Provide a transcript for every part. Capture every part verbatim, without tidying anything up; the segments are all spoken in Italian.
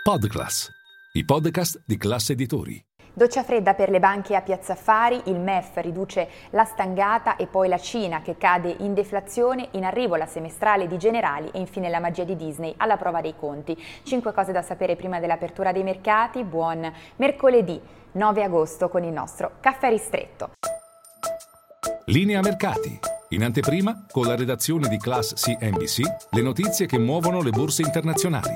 Podclass, i podcast di Class Editori. Doccia fredda per le banche a Piazza Affari, il M E F riduce la stangata e poi la Cina che cade in deflazione, in arrivo la semestrale di Generali e infine la magia di Disney alla prova dei conti. Cinque cose da sapere prima dell'apertura dei mercati. Buon mercoledì nove agosto con il nostro caffè ristretto. Linea mercati. In anteprima, con la redazione di Class C N B C, le notizie che muovono le borse internazionali.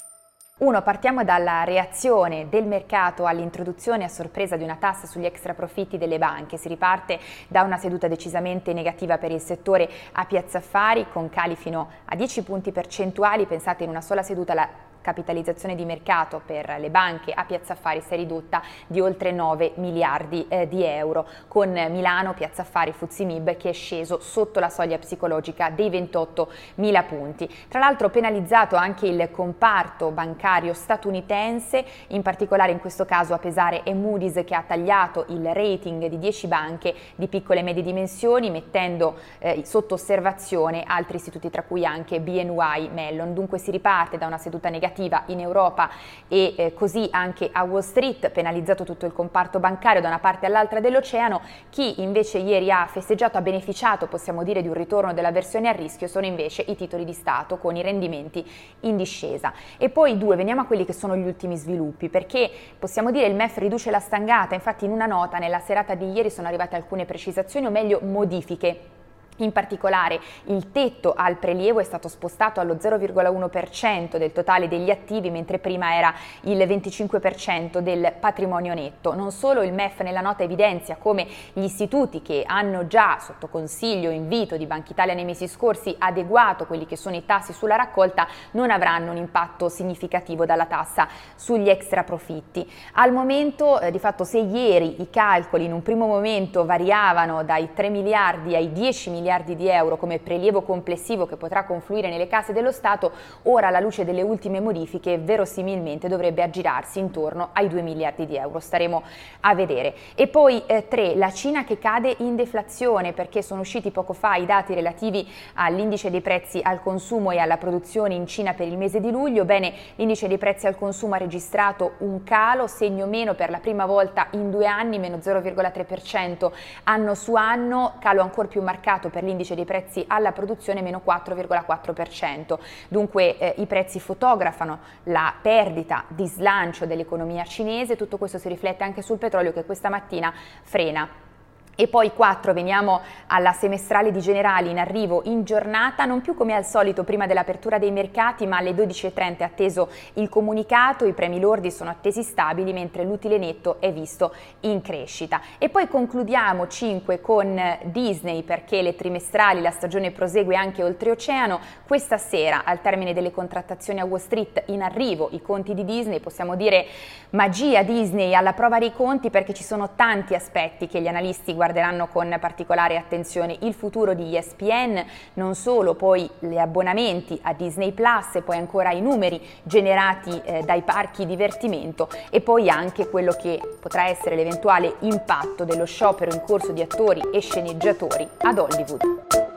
Uno, partiamo dalla reazione del mercato all'introduzione a sorpresa di una tassa sugli extra profitti delle banche. Si riparte da una seduta decisamente negativa per il settore a Piazza Affari, con cali fino a dieci punti percentuali. Pensate, in una sola seduta la capitalizzazione di mercato per le banche a Piazza Affari si è ridotta di oltre nove miliardi eh, di euro, con Milano, Piazza Affari, F T S E M I B che è sceso sotto la soglia psicologica dei ventottomila punti. Tra l'altro penalizzato anche il comparto bancario statunitense, in particolare in questo caso a pesare è Moody's, che ha tagliato il rating di dieci banche di piccole e medie dimensioni, mettendo eh, sotto osservazione altri istituti, tra cui anche B N Y Mellon. Dunque si riparte da una seduta negativa in Europa e eh, così anche a Wall Street, penalizzato tutto il comparto bancario da una parte all'altra dell'oceano. Chi invece ieri ha festeggiato, ha beneficiato, possiamo dire, di un ritorno dell'avversione a rischio sono invece i titoli di Stato, con i rendimenti in discesa. E poi due, veniamo a quelli che sono gli ultimi sviluppi, perché possiamo dire il M E F riduce la stangata. Infatti in una nota nella serata di ieri sono arrivate alcune precisazioni, o meglio modifiche. In particolare il tetto al prelievo è stato spostato allo zero virgola uno per cento del totale degli attivi, mentre prima era il venticinque per cento del patrimonio netto. Non solo, il M E F nella nota evidenzia come gli istituti che hanno già sotto consiglio, invito di Banca Italia nei mesi scorsi, adeguato quelli che sono i tassi sulla raccolta, non avranno un impatto significativo dalla tassa sugli extra profitti. Al momento, eh, di fatto, se ieri i calcoli in un primo momento variavano dai tre miliardi ai dieci miliardi di euro come prelievo complessivo che potrà confluire nelle casse dello Stato, ora alla luce delle ultime modifiche verosimilmente dovrebbe aggirarsi intorno ai due miliardi di euro. Staremo a vedere. E poi eh, tre, la Cina che cade in deflazione, perché sono usciti poco fa i dati relativi all'indice dei prezzi al consumo e alla produzione in Cina per il mese di luglio. Bene, l'indice dei prezzi al consumo ha registrato un calo, segno meno per la prima volta in due anni, meno zero virgola tre per cento anno su anno, calo ancora più marcato per l'indice dei prezzi alla produzione, meno quattro virgola quattro per cento. Dunque eh, i prezzi fotografano la perdita di slancio dell'economia cinese. Tutto questo si riflette anche sul petrolio, che questa mattina frena. E poi quattro, veniamo alla semestrale di Generali, in arrivo in giornata, non più come al solito prima dell'apertura dei mercati, ma alle dodici e trenta è atteso il comunicato. I premi lordi sono attesi stabili, mentre l'utile netto è visto in crescita. E poi concludiamo cinque con Disney, perché le trimestrali, la stagione prosegue anche oltreoceano. Questa sera, al termine delle contrattazioni a Wall Street, in arrivo i conti di Disney. Possiamo dire magia Disney alla prova dei conti, perché ci sono tanti aspetti che gli analisti guardano guarderanno con particolare attenzione: il futuro di E S P N, non solo, poi gli abbonamenti a Disney Plus e poi ancora i numeri generati eh, dai parchi divertimento, e poi anche quello che potrà essere l'eventuale impatto dello sciopero in corso di attori e sceneggiatori ad Hollywood.